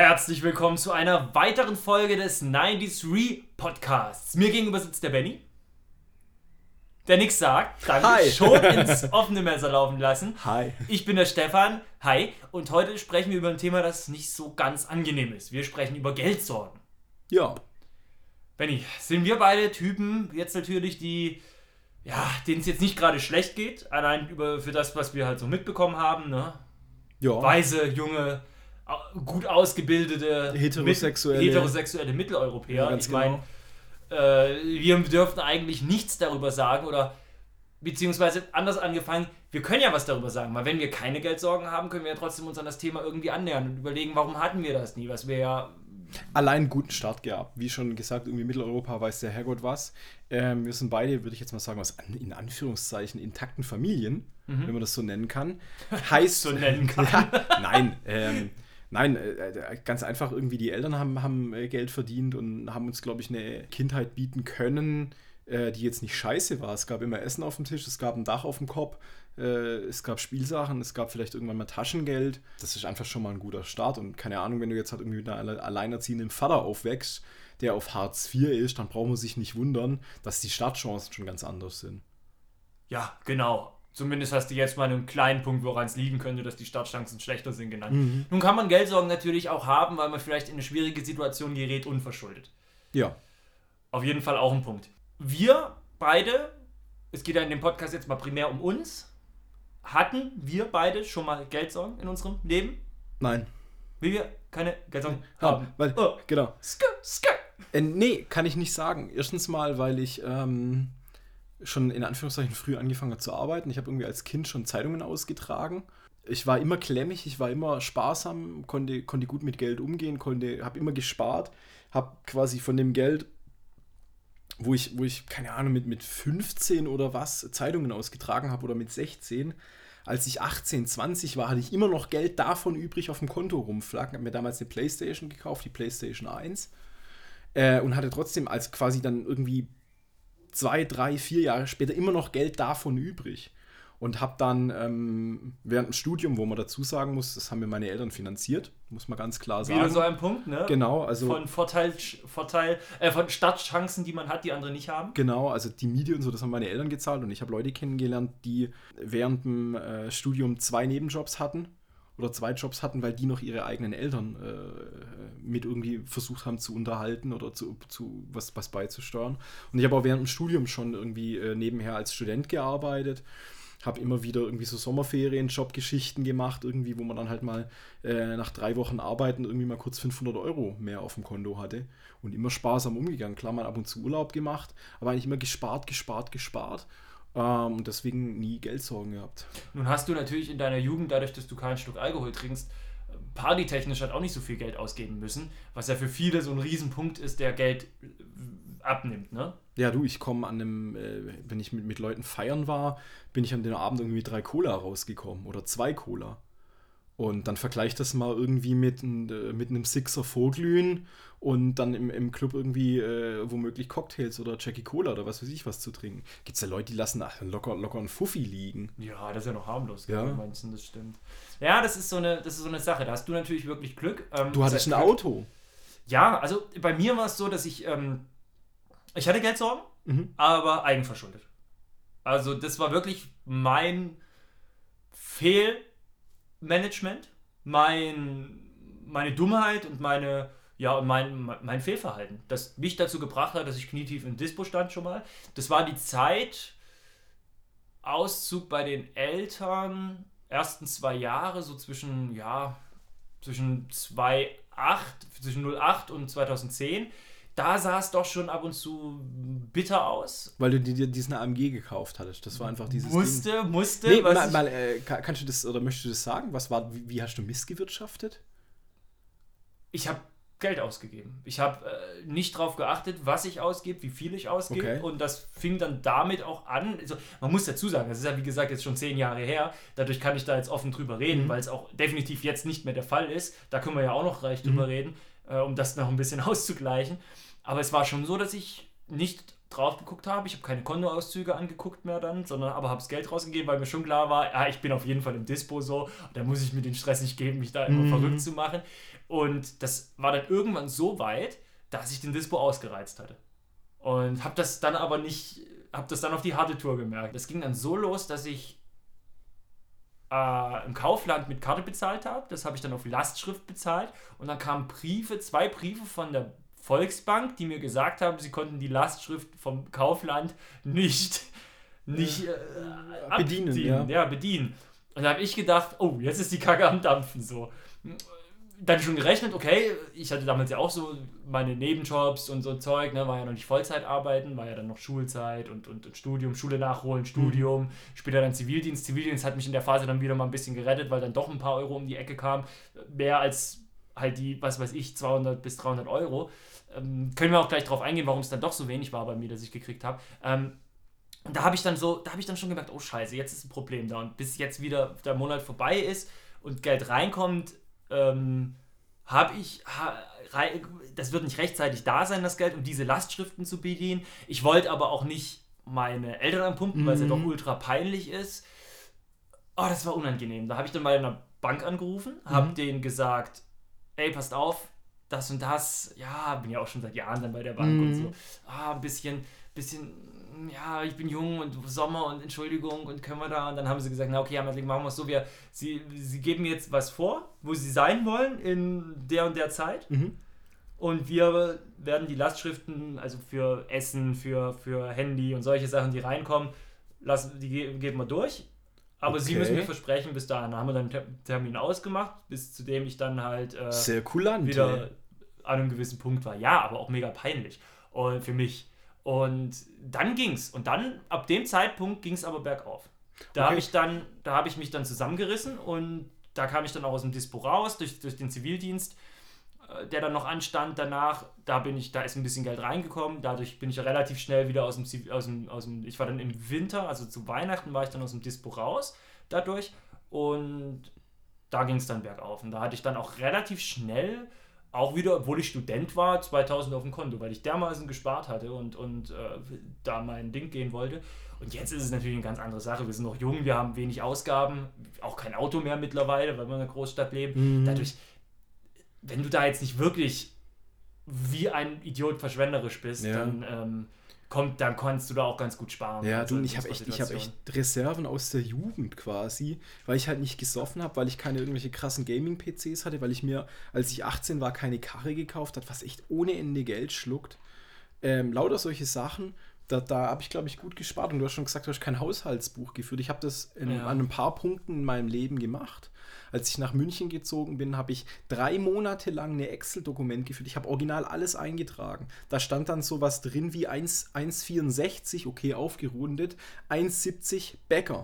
herzlich willkommen zu einer weiteren Folge des 90s Podcasts. Mir gegenüber sitzt der Benny, der nichts sagt. Danke. Hi. Schon ins offene Messer laufen lassen. Hi. Ich bin der Stefan. Hi. Und heute sprechen wir über ein Thema, das nicht so ganz angenehm ist. Wir sprechen über Geldsorgen. Ja. Benny, sind wir beide Typen, jetzt natürlich denen es jetzt nicht gerade schlecht geht, allein für das, was wir halt so mitbekommen haben, ne? Ja. Weise, junge, gut ausgebildete, heterosexuelle Mitteleuropäer. Ja, ganz ich meine, wir dürften eigentlich nichts darüber sagen oder beziehungsweise anders angefangen, wir können ja was darüber sagen, weil wenn wir keine Geldsorgen haben, können wir ja trotzdem uns an das Thema irgendwie annähern und überlegen, warum hatten wir das nie, was wir ja... Allein einen guten Start gehabt. Wie schon gesagt, irgendwie Mitteleuropa weiß der Herrgott was. Wir sind beide, würde ich jetzt mal sagen, aus in Anführungszeichen intakten Familien, wenn man das so nennen kann. Heißt, so nennen kann. Ja, nein, ganz einfach irgendwie die Eltern haben Geld verdient und haben uns, glaube ich, eine Kindheit bieten können, die jetzt nicht scheiße war. Es gab immer Essen auf dem Tisch, es gab ein Dach auf dem Kopf, es gab Spielsachen, es gab vielleicht irgendwann mal Taschengeld. Das ist einfach schon mal ein guter Start und keine Ahnung, wenn du jetzt halt irgendwie mit einer alleinerziehenden Vater aufwächst, der auf Hartz IV ist, dann braucht man sich nicht wundern, dass die Startchancen schon ganz anders sind. Ja, genau. Zumindest hast du jetzt mal einen kleinen Punkt, woran es liegen könnte, dass die Startchancen schlechter sind, genannt. Mhm. Nun kann man Geldsorgen natürlich auch haben, weil man vielleicht in eine schwierige Situation gerät, unverschuldet. Ja. Auf jeden Fall auch ein Punkt. Wir beide, es geht ja in dem Podcast jetzt mal primär um uns, hatten wir beide schon mal Geldsorgen in unserem Leben? Nein. Wie wir keine Geldsorgen haben. Weil, genau. Nee, kann ich nicht sagen. Erstens mal, weil ich schon in Anführungszeichen früh angefangen habe zu arbeiten. Ich habe irgendwie als Kind schon Zeitungen ausgetragen. Ich war immer klemmig, ich war immer sparsam, konnte gut mit Geld umgehen, habe immer gespart, habe quasi von dem Geld, wo ich keine Ahnung, mit 15 oder was Zeitungen ausgetragen habe oder mit 16, als ich 18, 20 war, hatte ich immer noch Geld davon übrig auf dem Konto rumflacken. Habe mir damals eine Playstation gekauft, die Playstation 1, und hatte trotzdem als quasi dann irgendwie 2, 3, 4 Jahre später immer noch Geld davon übrig. Und habe dann während dem Studium, wo man dazu sagen muss, das haben mir meine Eltern finanziert, muss man ganz klar sagen. Wieder so ein Punkt, ne? Genau, also... Von von Startchancen, die man hat, die andere nicht haben. Genau, also die Miete und so, das haben meine Eltern gezahlt. Und ich habe Leute kennengelernt, die während dem Studium 2 Nebenjobs hatten oder 2 Jobs hatten, weil die noch ihre eigenen Eltern mit irgendwie versucht haben zu unterhalten oder zu was beizusteuern. Und ich habe auch während dem Studium schon irgendwie nebenher als Student gearbeitet. Habe immer wieder irgendwie so Sommerferien-Jobgeschichten gemacht, irgendwie, wo man dann halt mal nach 3 Wochen Arbeiten irgendwie mal kurz 500 € mehr auf dem Konto hatte und immer sparsam umgegangen. Klar, man ab und zu Urlaub gemacht, aber eigentlich immer gespart und deswegen nie Geldsorgen gehabt. Nun hast du natürlich in deiner Jugend, dadurch, dass du keinen Schluck Alkohol trinkst, partytechnisch halt auch nicht so viel Geld ausgeben müssen, was ja für viele so ein Riesenpunkt ist, der Geld abnimmt, ne? Ja, du, ich komme an einem, wenn ich mit Leuten feiern war, bin ich an dem Abend irgendwie mit 3 Cola rausgekommen oder 2 Cola. Und dann vergleich das mal irgendwie mit einem Sixer vorglühen und dann im Club irgendwie womöglich Cocktails oder Jackie Cola oder was weiß ich was zu trinken. Gibt's ja Leute, die lassen locker einen Fuffi liegen. Ja, das ist ja noch harmlos. Ja. Meinst du, das stimmt. Ja, das ist so eine Sache. Da hast du natürlich wirklich Glück. Du hattest ein Auto. Ja, also bei mir war es so, dass ich hatte Geldsorgen, aber eigenverschuldet. Also das war wirklich mein Fehlmanagement, meine Dummheit und mein Fehlverhalten, das mich dazu gebracht hat, dass ich knietief im Dispo stand schon mal. Das war die Zeit, Auszug bei den Eltern, ersten 2 Jahre, so zwischen 2008 und 2010. Da sah es doch schon ab und zu bitter aus. Weil du dir diesen AMG gekauft hattest. Das war einfach dieses Musste. Nee, kannst du das oder möchtest du das sagen? Wie hast du missgewirtschaftet? Ich habe Geld ausgegeben. Ich habe nicht drauf geachtet, was ich ausgebe, wie viel ich ausgebe. Okay. Und das fing dann damit auch an. Also, man muss dazu sagen, das ist ja wie gesagt jetzt schon 10 Jahre her. Dadurch kann ich da jetzt offen drüber reden, weil es auch definitiv jetzt nicht mehr der Fall ist. Da können wir ja auch noch gleich drüber reden, um das noch ein bisschen auszugleichen. Aber es war schon so, dass ich nicht drauf geguckt habe. Ich habe keine Kontoauszüge angeguckt mehr dann, sondern aber habe das Geld rausgegeben, weil mir schon klar war, ja, ich bin auf jeden Fall im Dispo so, da muss ich mir den Stress nicht geben, mich da immer verrückt zu machen. Und das war dann irgendwann so weit, dass ich den Dispo ausgereizt hatte. Und habe das dann aber nicht, habe das dann auf die harte Tour gemerkt. Das ging dann so los, dass ich im Kaufland mit Karte bezahlt habe. Das habe ich dann auf Lastschrift bezahlt. Und dann kamen zwei Briefe von der Volksbank, die mir gesagt haben, sie konnten die Lastschrift vom Kaufland nicht bedienen. Bedienen. Und da habe ich gedacht, oh, jetzt ist die Kacke am Dampfen so. Dann schon gerechnet, okay, ich hatte damals ja auch so meine Nebenjobs und so Zeug, ne, war ja noch nicht Vollzeit arbeiten, war ja dann noch Schulzeit und Studium, Schule nachholen, Studium, später dann Zivildienst. Zivildienst hat mich in der Phase dann wieder mal ein bisschen gerettet, weil dann doch ein paar Euro um die Ecke kam, mehr als halt die, was weiß ich, 200 bis 300 Euro. Können wir auch gleich drauf eingehen, warum es dann doch so wenig war bei mir, dass ich gekriegt habe. Und da habe ich dann schon gemerkt, oh Scheiße, jetzt ist ein Problem da. Und bis jetzt wieder der Monat vorbei ist und Geld reinkommt, das wird nicht rechtzeitig da sein, das Geld, um diese Lastschriften zu bedienen. Ich wollte aber auch nicht meine Eltern anpumpen, weil es ja doch ultra peinlich ist. Oh, das war unangenehm. Da habe ich dann bei einer Bank angerufen, habe denen gesagt, ey, passt auf, das und das, ja, bin ja auch schon seit Jahren dann bei der Bank und so, ein bisschen, ja, ich bin jung und Sommer und Entschuldigung und können wir da, und dann haben sie gesagt, na okay, machen wir es so, sie geben mir jetzt was vor, wo sie sein wollen in der und der Zeit und wir werden die Lastschriften, also für Essen, für Handy und solche Sachen, die reinkommen, die geben wir durch. Aber Sie müssen mir versprechen, bis dahin haben wir dann einen Termin ausgemacht, bis zu dem ich dann halt sehr kulant, wieder an einem gewissen Punkt war. Ja, aber auch mega peinlich und für mich. Und dann ging's. Und dann, ab dem Zeitpunkt ging's aber bergauf. Da habe ich mich dann zusammengerissen und da kam ich dann auch aus dem Dispo raus, durch den Zivildienst, der dann noch anstand danach. Da ist ein bisschen Geld reingekommen. Dadurch bin ich ja relativ schnell wieder aus dem ich war dann im Winter, also zu Weihnachten war ich dann aus dem Dispo raus dadurch. Und da ging es dann bergauf. Und da hatte ich dann auch relativ schnell auch wieder, obwohl ich Student war, 2000 auf dem Konto, weil ich dermaßen gespart hatte und da mein Ding gehen wollte. Und jetzt ist es natürlich eine ganz andere Sache. Wir sind noch jung, wir haben wenig Ausgaben, auch kein Auto mehr mittlerweile, weil wir in einer Großstadt leben. Dadurch, wenn du da jetzt nicht wirklich wie ein Idiot verschwenderisch bist, dann kannst du da auch ganz gut sparen. Ja, du, ich habe echt Reserven aus der Jugend quasi, weil ich halt nicht gesoffen habe, weil ich keine irgendwelche krassen Gaming-PCs hatte, weil ich mir, als ich 18 war, keine Karre gekauft habe, was echt ohne Ende Geld schluckt. Lauter solche Sachen, da habe ich, glaube ich, gut gespart. Und du hast schon gesagt, du hast kein Haushaltsbuch geführt. Ich habe das an ein paar Punkten in meinem Leben gemacht. Als ich nach München gezogen bin, habe ich 3 Monate lang eine Excel-Dokument geführt. Ich habe original alles eingetragen. Da stand dann sowas drin wie 1,64, okay, aufgerundet, 1,70 Bäcker,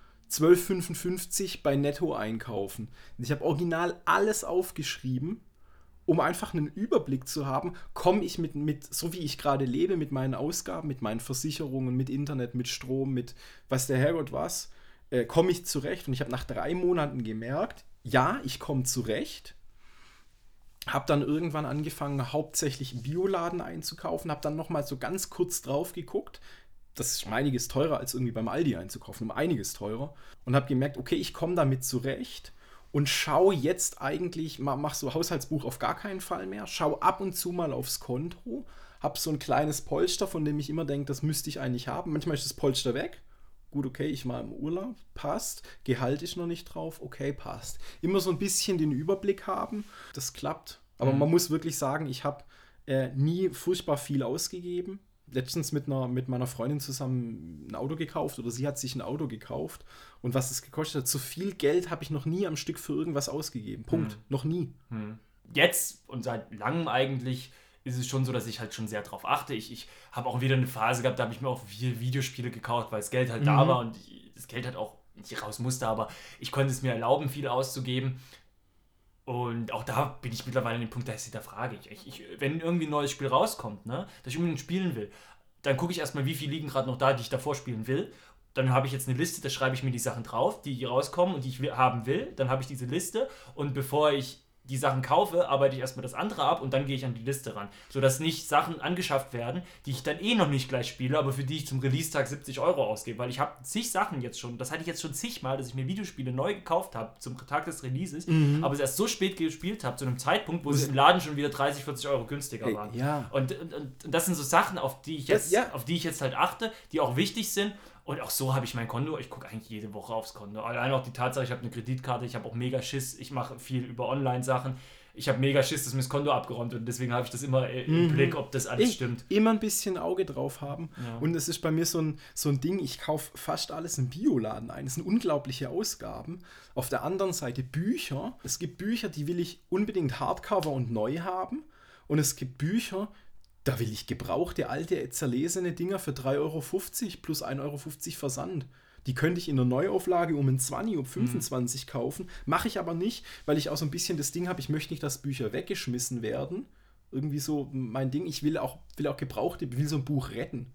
12,55 bei Netto einkaufen. Ich habe original alles aufgeschrieben, um einfach einen Überblick zu haben, komme ich mit so wie ich gerade lebe, mit meinen Ausgaben, mit meinen Versicherungen, mit Internet, mit Strom, mit was der Herrgott was, komme ich zurecht. Und ich habe nach 3 Monaten gemerkt, ja, ich komme zurecht. Habe dann irgendwann angefangen, hauptsächlich im Bioladen einzukaufen, habe dann nochmal so ganz kurz drauf geguckt. Das ist um einiges teurer, als irgendwie beim Aldi einzukaufen, um einiges teurer. Und habe gemerkt, okay, ich komme damit zurecht. Und schau jetzt eigentlich, mach so Haushaltsbuch auf gar keinen Fall mehr, schau ab und zu mal aufs Konto, hab so ein kleines Polster, von dem ich immer denke, das müsste ich eigentlich haben. Manchmal ist das Polster weg. Gut, okay, ich war im Urlaub, passt. Gehalt ist noch nicht drauf, okay, passt. Immer so ein bisschen den Überblick haben, das klappt. Aber man muss wirklich sagen, ich habe nie furchtbar viel ausgegeben. Letztens mit meiner Freundin zusammen ein Auto gekauft oder sie hat sich ein Auto gekauft und was es gekostet hat, so viel Geld habe ich noch nie am Stück für irgendwas ausgegeben. Punkt. Noch nie. Jetzt und seit langem eigentlich ist es schon so, dass ich halt schon sehr drauf achte. Ich habe auch wieder eine Phase gehabt, da habe ich mir auch viele Videospiele gekauft, weil das Geld halt da war und das Geld halt auch nicht raus musste, aber ich konnte es mir erlauben, viel auszugeben. Und auch da bin ich mittlerweile an dem Punkt, da hinterfrage ich. Wenn irgendwie ein neues Spiel rauskommt, ne, das ich unbedingt spielen will, dann gucke ich erstmal, wie viele liegen gerade noch da, die ich davor spielen will. Dann habe ich jetzt eine Liste, da schreibe ich mir die Sachen drauf, die rauskommen und die ich haben will. Dann habe ich diese Liste und bevor ich die Sachen kaufe, arbeite ich erstmal das andere ab und dann gehe ich an die Liste ran. Sodass nicht Sachen angeschafft werden, die ich dann noch nicht gleich spiele, aber für die ich zum Release-Tag 70 € ausgebe. Weil ich habe zig Sachen jetzt schon, das hatte ich jetzt schon zigmal, dass ich mir Videospiele neu gekauft habe zum Tag des Releases, aber es erst so spät gespielt habe, zu einem Zeitpunkt, wo sie im Laden schon wieder 30, 40 € günstiger waren. Ja. Und das sind so Sachen, auf die ich jetzt halt achte, die auch wichtig sind. Und auch so habe ich mein Konto, ich gucke eigentlich jede Woche aufs Konto. Allein auch die Tatsache, ich habe eine Kreditkarte, ich habe auch mega Schiss, ich mache viel über Online-Sachen. Ich habe mega Schiss, dass mir das Konto abgeräumt wird und deswegen habe ich das immer im Blick, ob das alles stimmt. Immer ein bisschen Auge drauf haben. Ja. Und es ist bei mir so ein Ding, ich kaufe fast alles im Bioladen ein. Das sind unglaubliche Ausgaben. Auf der anderen Seite Bücher. Es gibt Bücher, die will ich unbedingt Hardcover und neu haben. Und es gibt Bücher, da will ich gebrauchte, alte, zerlesene Dinger für 3,50 € plus 1,50 € Versand. Die könnte ich in der Neuauflage um 20, um 25 kaufen. Mache ich aber nicht, weil ich auch so ein bisschen das Ding habe, ich möchte nicht, dass Bücher weggeschmissen werden. Irgendwie so mein Ding. Ich will auch gebrauchte, ich will so ein Buch retten.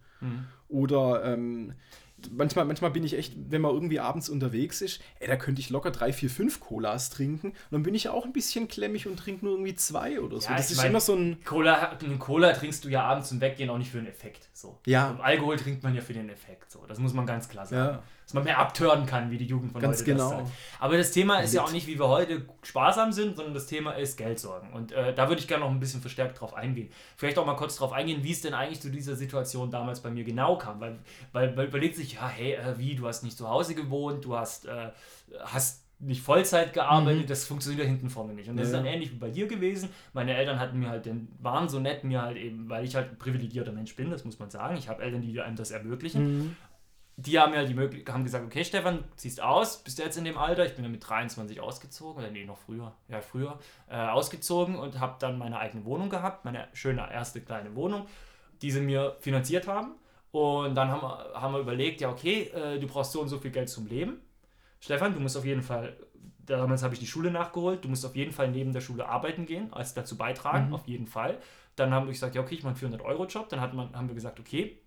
Oder manchmal bin ich echt, wenn man irgendwie abends unterwegs ist, da könnte ich locker 3, 4, 5 Colas trinken. Und dann bin ich auch ein bisschen klemmig und trinke nur irgendwie 2 oder so. Ja, das ist immer so ein... Cola trinkst du ja abends zum Weggehen auch nicht für den Effekt. So. Ja. Und Alkohol trinkt man ja für den Effekt. So. Das muss man ganz klar sagen. Ja. Dass man mehr abtören kann, wie die Jugend von ganz heute genau. das sagt. Aber das Thema ist ja auch nicht, wie wir heute sparsam sind, sondern das Thema ist Geldsorgen. Und da würde ich gerne noch ein bisschen verstärkt drauf eingehen. Vielleicht auch mal kurz drauf eingehen, wie es denn eigentlich zu dieser Situation damals bei mir genau kam. Weil überlegt sich, ja, hey, du hast nicht zu Hause gewohnt, du hast nicht Vollzeit gearbeitet, das funktioniert da hinten vorne nicht. Und das ist dann ähnlich wie bei dir gewesen. Meine Eltern waren so nett mir halt eben, weil ich halt ein privilegierter Mensch bin, das muss man sagen. Ich habe Eltern, die einem das ermöglichen. Die haben ja haben gesagt, okay Stefan, siehst aus, bist du jetzt in dem Alter? Ich bin ja mit 23 ausgezogen, oder nee, noch früher, ausgezogen und habe dann meine eigene Wohnung gehabt, meine schöne erste kleine Wohnung, die sie mir finanziert haben. Und dann haben wir überlegt, ja okay, du brauchst so und so viel Geld zum Leben. Stefan, du musst auf jeden Fall, damals habe ich die Schule nachgeholt, du musst auf jeden Fall neben der Schule arbeiten gehen, als dazu beitragen, auf jeden Fall. Dann haben wir gesagt, ja okay, ich mache einen 400-Euro-Job. Dann haben wir gesagt, okay,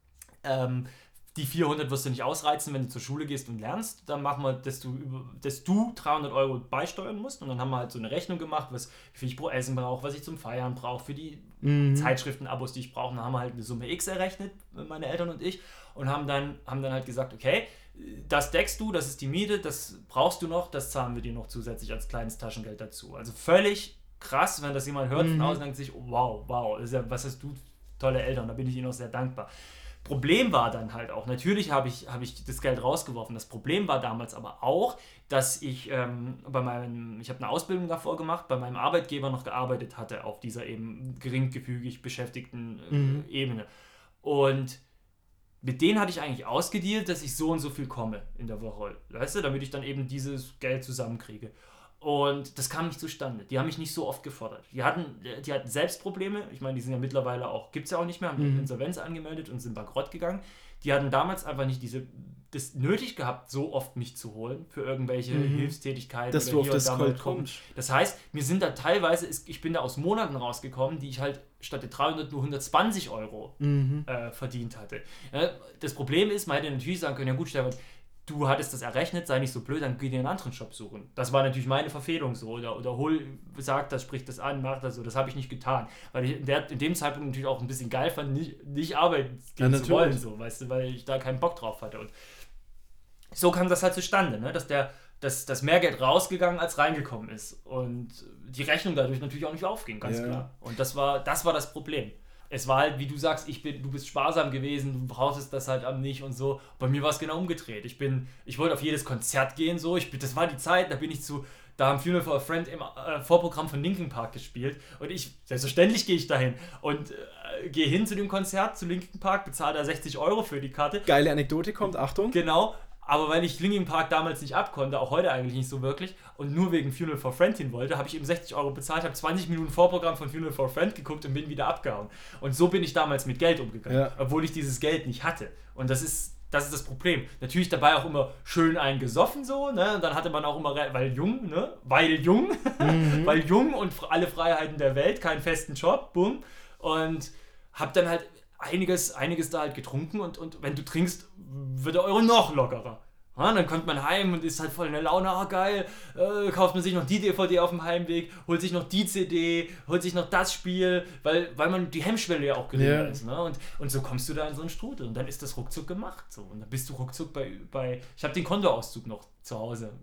die 400 wirst du nicht ausreizen, wenn du zur Schule gehst und lernst. Dann machen wir, dass du 300 € beisteuern musst. Und dann haben wir halt so eine Rechnung gemacht, wie viel ich pro Essen brauche, was ich zum Feiern brauche, für die Zeitschriften-Abos, die ich brauche. Dann haben wir halt eine Summe X errechnet, meine Eltern und ich. Und haben dann halt gesagt, okay, das deckst du, das ist die Miete, das brauchst du noch, das zahlen wir dir noch zusätzlich als kleines Taschengeld dazu. Also völlig krass, wenn das jemand hört von außen, denkt sich, oh, wow, das ist ja, was hast du, tolle Eltern, da bin ich ihnen auch sehr dankbar. Problem war dann halt auch, natürlich habe ich das Geld rausgeworfen, das Problem war damals aber auch, dass ich ich habe eine Ausbildung davor gemacht, bei meinem Arbeitgeber noch gearbeitet hatte, auf dieser eben geringfügig beschäftigten Ebene. Und mit denen hatte ich eigentlich ausgedealt, dass ich so und so viel komme in der Woche, weißt du, damit ich dann eben dieses Geld zusammenkriege. Und das kam nicht zustande. Die haben mich nicht so oft gefordert. Die hatten selbst Probleme. Ich meine, die sind ja mittlerweile auch, gibt es ja auch nicht mehr, haben Insolvenz angemeldet und sind bankrott gegangen. Die hatten damals einfach nicht das nötig gehabt, so oft mich zu holen für irgendwelche Hilfstätigkeiten. Dass du auf das Gold kommst. Das heißt, mir sind da teilweise, ich bin da aus Monaten rausgekommen, die ich halt statt der 300 nur 120 € verdient hatte. Das Problem ist, man hätte natürlich sagen können, ja gut, Stefan, du hattest das errechnet, sei nicht so blöd, dann geh dir einen anderen Job suchen. Das war natürlich meine Verfehlung so. Oder sag das, sprich das an, mach das so. Das habe ich nicht getan. Weil ich in dem Zeitpunkt natürlich auch ein bisschen geil fand, nicht arbeiten gehen zu wollen, so, weißt du, weil ich da keinen Bock drauf hatte. Und so kam das halt zustande, ne? Dass mehr Geld rausgegangen als reingekommen ist. Und die Rechnung dadurch natürlich auch nicht aufging, ganz klar. Und das war das Problem. Es war halt, wie du sagst, du bist sparsam gewesen, du brauchtest das halt nicht und so. Bei mir war es genau umgedreht. Ich wollte auf jedes Konzert gehen, so. Das war die Zeit, da haben Funeral for a Friend im Vorprogramm von Linkin Park gespielt. Und selbstverständlich gehe ich dahin und gehe hin zu dem Konzert, zu Linkin Park, bezahle da 60 € für die Karte. Geile Anekdote kommt, Achtung. Genau. Aber weil ich Linkin Park damals nicht abkonnte, auch heute eigentlich nicht so wirklich, und nur wegen Funeral for a Friend hin wollte, habe ich eben 60 € bezahlt, habe 20 Minuten Vorprogramm von Funeral for a Friend geguckt und bin wieder abgehauen. Und so bin ich damals mit Geld umgegangen, obwohl ich dieses Geld nicht hatte. Und das ist das Problem. Natürlich dabei auch immer schön eingesoffen so, ne? Und dann hatte man auch immer, weil jung und alle Freiheiten der Welt, keinen festen Job, bumm. Und habe dann halt einiges da halt getrunken und wenn du trinkst, wird der Euro noch lockerer. Ja, dann kommt man heim und ist halt voll in der Laune, geil, kauft man sich noch die DVD auf dem Heimweg, holt sich noch die CD, holt sich noch das Spiel, weil man die Hemmschwelle ja auch geringer ist. Ne? Und so kommst du da in so einen Strudel und dann ist das ruckzuck gemacht. So. Und dann bist du ruckzuck bei ich habe den Kontoauszug noch zu Hause,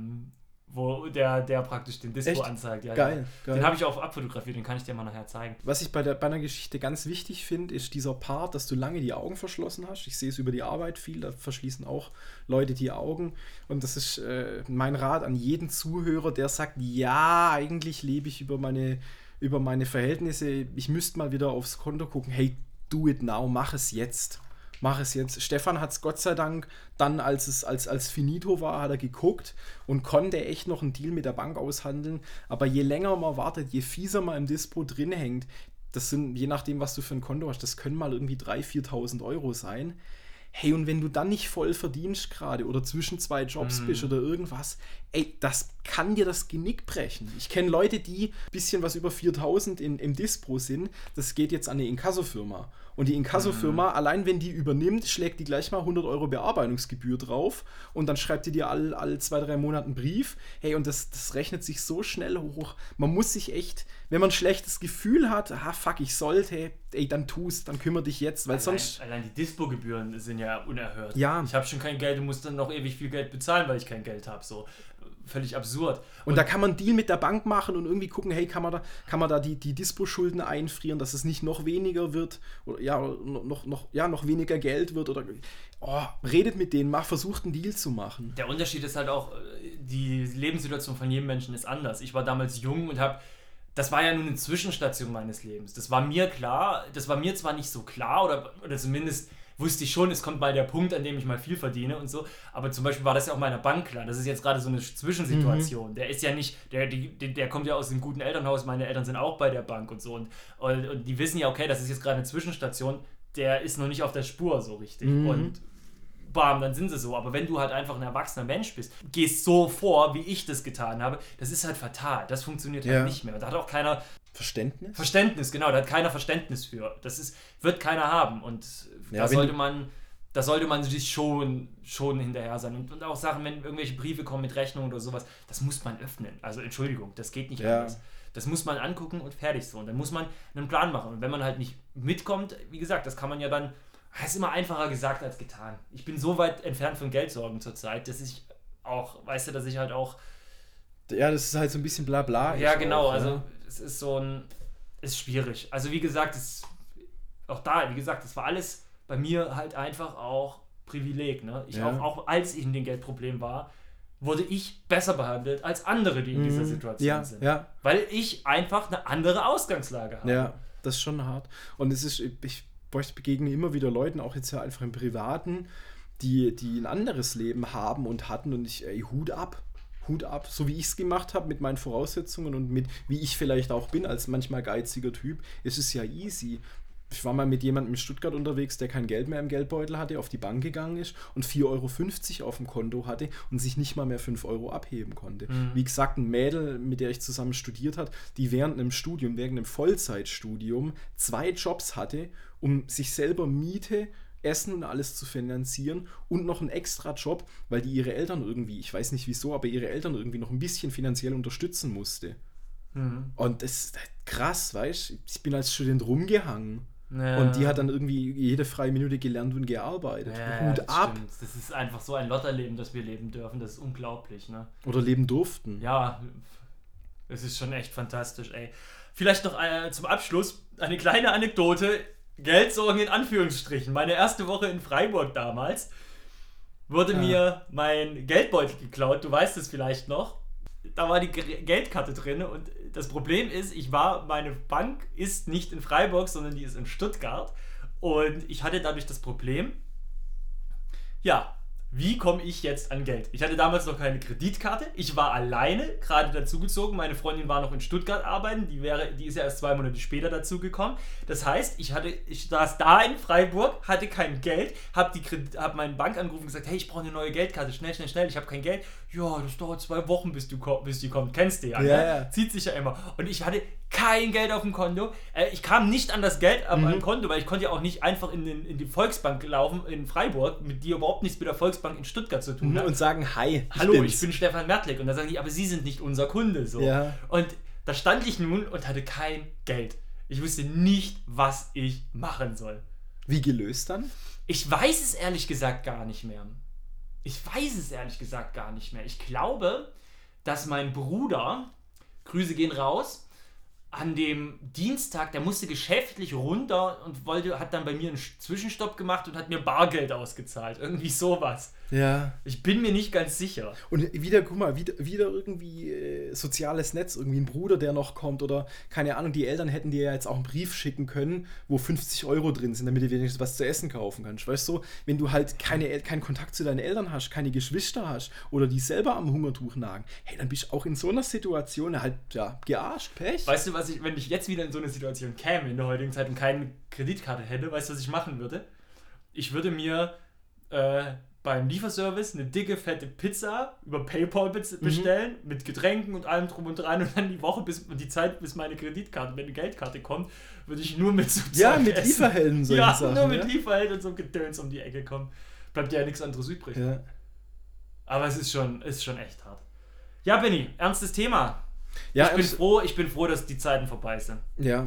wo der praktisch den Dispo anzeigt. Ja, geil. Den habe ich auch abfotografiert, den kann ich dir mal nachher zeigen. Was ich bei einer Geschichte ganz wichtig finde, ist dieser Part, dass du lange die Augen verschlossen hast. Ich sehe es über die Arbeit viel, da verschließen auch Leute die Augen. Und das ist mein Rat an jeden Zuhörer, der sagt, ja, eigentlich lebe ich über meine Verhältnisse, ich müsste mal wieder aufs Konto gucken. Hey, do it now, mach es jetzt. Stefan hat es Gott sei Dank dann, als finito war, hat er geguckt und konnte echt noch einen Deal mit der Bank aushandeln. Aber je länger man wartet, je fieser man im Dispo drin hängt, das sind, je nachdem, was du für ein Konto hast, das können mal irgendwie 3.000, 4.000 Euro sein. Hey, und wenn du dann nicht voll verdienst gerade oder zwischen 2 Jobs bist oder irgendwas, ey, das kann dir das Genick brechen. Ich kenne Leute, die ein bisschen was über 4.000 im Dispo sind, das geht jetzt an eine Inkassofirma. Und die Inkassofirma, allein wenn die übernimmt, schlägt die gleich mal 100 Euro Bearbeitungsgebühr drauf und dann schreibt die dir alle 2-3 Monate einen Brief. Hey, und das rechnet sich so schnell hoch. Man muss sich echt, wenn man ein schlechtes Gefühl hat, fuck, ich sollte, ey, dann tust, dann kümmere dich jetzt, weil sonst... Allein die Dispo-Gebühren sind ja unerhört. Ja. Ich habe schon kein Geld und muss dann noch ewig viel Geld bezahlen, weil ich kein Geld habe, so. Völlig absurd. Und da kann man einen Deal mit der Bank machen und irgendwie gucken, hey, kann man da die Dispo-Schulden einfrieren, dass es nicht noch weniger wird oder noch weniger Geld wird oder redet mit denen, versucht einen Deal zu machen. Der Unterschied ist halt auch, die Lebenssituation von jedem Menschen ist anders. Ich war damals jung und das war ja nur eine Zwischenstation meines Lebens. Das war mir klar, das war mir zwar nicht so klar oder zumindest wusste ich schon, es kommt mal der Punkt, an dem ich mal viel verdiene und so, aber zum Beispiel war das ja auch meiner Bank klar, das ist jetzt gerade so eine Zwischensituation, der ist ja nicht, der kommt ja aus einem guten Elternhaus, meine Eltern sind auch bei der Bank und so und die wissen ja, okay, das ist jetzt gerade eine Zwischenstation, der ist noch nicht auf der Spur so richtig und bam, dann sind sie so, aber wenn du halt einfach ein erwachsener Mensch bist, gehst so vor, wie ich das getan habe, das ist halt fatal, das funktioniert halt nicht mehr, da hat auch keiner Verständnis, genau, da hat keiner Verständnis für. Wird keiner haben und da sollte man sich schon hinterher sein. Und auch Sachen, wenn irgendwelche Briefe kommen mit Rechnungen oder sowas, das muss man öffnen. Also Entschuldigung, das geht nicht anders. Das muss man angucken und fertig so. Und dann muss man einen Plan machen. Und wenn man halt nicht mitkommt, wie gesagt, das kann man ja dann, das ist immer einfacher gesagt als getan. Ich bin so weit entfernt von Geldsorgen zurzeit, dass ich auch, weißt du, dass ich halt auch... Ja, das ist halt so ein bisschen Blabla. Ja, genau, also es ist ist schwierig. Also wie gesagt, das war alles bei mir halt einfach auch Privileg. Ne? Auch als ich in dem Geldproblem war, wurde ich besser behandelt als andere, die in dieser Situation sind. Ja. Weil ich einfach eine andere Ausgangslage habe. Ja, das ist schon hart. Und ich begegne immer wieder Leuten, auch jetzt ja einfach im Privaten, die ein anderes Leben haben und hatten und Hut ab, so wie ich es gemacht habe mit meinen Voraussetzungen und mit wie ich vielleicht auch bin als manchmal geiziger Typ, ist es ja easy. Ich war mal mit jemandem in Stuttgart unterwegs, der kein Geld mehr im Geldbeutel hatte, auf die Bank gegangen ist und 4,50 Euro auf dem Konto hatte und sich nicht mal mehr 5 Euro abheben konnte. Wie gesagt, ein Mädel, mit der ich zusammen studiert habe, die während einem Vollzeitstudium 2 Jobs hatte, um sich selber Miete, Essen und alles zu finanzieren und noch einen extra Job, weil die ihre Eltern irgendwie, ich weiß nicht wieso, aber ihre Eltern irgendwie noch ein bisschen finanziell unterstützen musste. Und das ist krass, weißt du? Ich bin als Student rumgehangen. Ja. Und die hat dann irgendwie jede freie Minute gelernt und gearbeitet. Hut ab. Stimmt. Das ist einfach so ein Lotterleben, das wir leben dürfen. Das ist unglaublich, ne? Oder leben durften. Ja, es ist schon echt fantastisch, ey. Vielleicht noch zum Abschluss eine kleine Anekdote. Geldsorgen in Anführungsstrichen. Meine erste Woche in Freiburg damals wurde mir mein Geldbeutel geklaut. Du weißt es vielleicht noch. Da war die Geldkarte drin und das Problem ist, meine Bank ist nicht in Freiburg, sondern die ist in Stuttgart und ich hatte dadurch das Problem, wie komme ich jetzt an Geld? Ich hatte damals noch keine Kreditkarte, ich war alleine, gerade dazugezogen, meine Freundin war noch in Stuttgart arbeiten, die ist ja erst 2 Monate später dazugekommen. Das heißt, ich saß da in Freiburg, hatte kein Geld, hab meine Bank angerufen und gesagt, hey, ich brauche eine neue Geldkarte, schnell, ich habe kein Geld. ja, das dauert 2 Wochen, bis die kommt. Kennst du ja, ne? Ja. Zieht sich ja immer. Und ich hatte kein Geld auf dem Konto. Ich kam nicht an das Geld auf meinem Konto, weil ich konnte ja auch nicht einfach in die Volksbank laufen in Freiburg, mit die überhaupt nichts mit der Volksbank in Stuttgart zu tun hat. Und sagen, hi, hallo, ich bin Stefan Mertlik. Und dann sagen die, aber Sie sind nicht unser Kunde. So. Ja. Und da stand ich nun und hatte kein Geld. Ich wusste nicht, was ich machen soll. Wie gelöst dann? Ich weiß es ehrlich gesagt gar nicht mehr. Ich glaube, dass mein Bruder, Grüße gehen raus, an dem Dienstag, der musste geschäftlich runter und hat dann bei mir einen Zwischenstopp gemacht und hat mir Bargeld ausgezahlt. Irgendwie sowas. Ja. Ich bin mir nicht ganz sicher. Und wieder, guck mal, wieder irgendwie soziales Netz, irgendwie ein Bruder, der noch kommt oder keine Ahnung, die Eltern hätten dir ja jetzt auch einen Brief schicken können, wo 50 Euro drin sind, damit du wenigstens was zu essen kaufen kannst. Weißt du, wenn du halt keinen Kontakt zu deinen Eltern hast, keine Geschwister hast oder die selber am Hungertuch nagen, hey, dann bist du auch in so einer Situation halt, ja, gearscht, Pech. Weißt du, wenn ich jetzt wieder in so eine Situation käme in der heutigen Zeit und keine Kreditkarte hätte, weißt du, was ich machen würde? Ich würde mir beim Lieferservice eine dicke, fette Pizza über PayPal bestellen, mit Getränken und allem drum und dran und dann die Zeit, bis meine Geldkarte kommt, würde ich nur mit so Zeug mit essen. Lieferhelden so ja, Sachen. Nur mit Lieferhelden und so Gedöns um die Ecke kommen. Bleibt ja nichts anderes übrig. Ja. Aber es ist schon echt hart. Ja, Benni, ernstes Thema. Ja, ich bin froh, dass die Zeiten vorbei sind. Ja.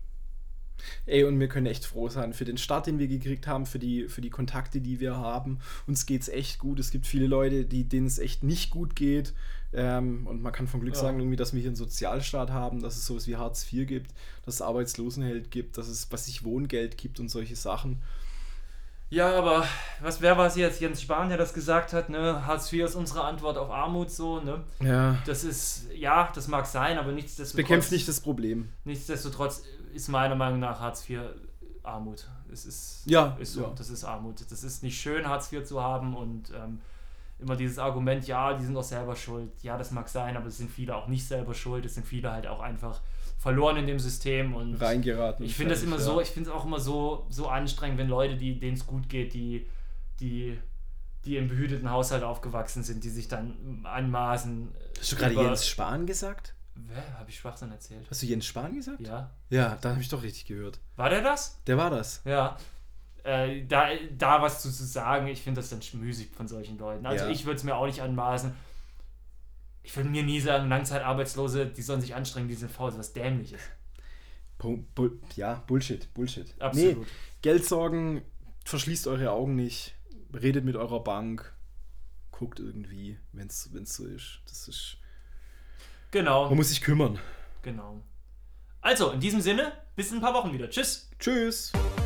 Ey, und wir können echt froh sein für den Start, den wir gekriegt haben, für die Kontakte, die wir haben. Uns geht's echt gut. Es gibt viele Leute, denen es echt nicht gut geht. Und man kann von Glück sagen, irgendwie, dass wir hier einen Sozialstaat haben, dass es sowas wie Hartz IV gibt, dass es Arbeitslosenheld gibt, dass es Wohngeld gibt und solche Sachen. Ja, aber wer war es jetzt? Jens Spahn, der das gesagt hat, ne? Hartz IV ist unsere Antwort auf Armut, so, ne? Ja. Das mag sein, aber nichtsdestotrotz... Bekämpft nicht das Problem. Nichtsdestotrotz ist meiner Meinung nach Hartz IV Armut. Es ist, ist so, ja. Das ist Armut. Das ist nicht schön, Hartz IV zu haben und immer dieses Argument, ja, die sind doch selber schuld. Ja, das mag sein, aber es sind viele auch nicht selber schuld. Es sind viele halt auch einfach verloren in dem System und reingeraten. Ich finde es auch immer so anstrengend, wenn Leute, denen es gut geht, die im behüteten Haushalt aufgewachsen sind, die sich dann anmaßen. Hast du gerade Jens Spahn gesagt? Habe ich Schwachsinn erzählt? Hast du Jens Spahn gesagt? Ja. Ja, da habe ich doch richtig gehört. War der das? Der war das. Ja. Da was zu sagen, ich finde das dann schmüsig von solchen Leuten. Also ich würde es mir auch nicht anmaßen. Ich würde mir nie sagen, Langzeitarbeitslose, die sollen sich anstrengen, die sind faul, was dämlich ist. Bullshit. Absolut. Nee, Geldsorgen, verschließt eure Augen nicht, redet mit eurer Bank, guckt irgendwie, wenn es so ist. Das ist... Genau. Man muss sich kümmern. Genau. Also, in diesem Sinne, bis in ein paar Wochen wieder. Tschüss. Tschüss.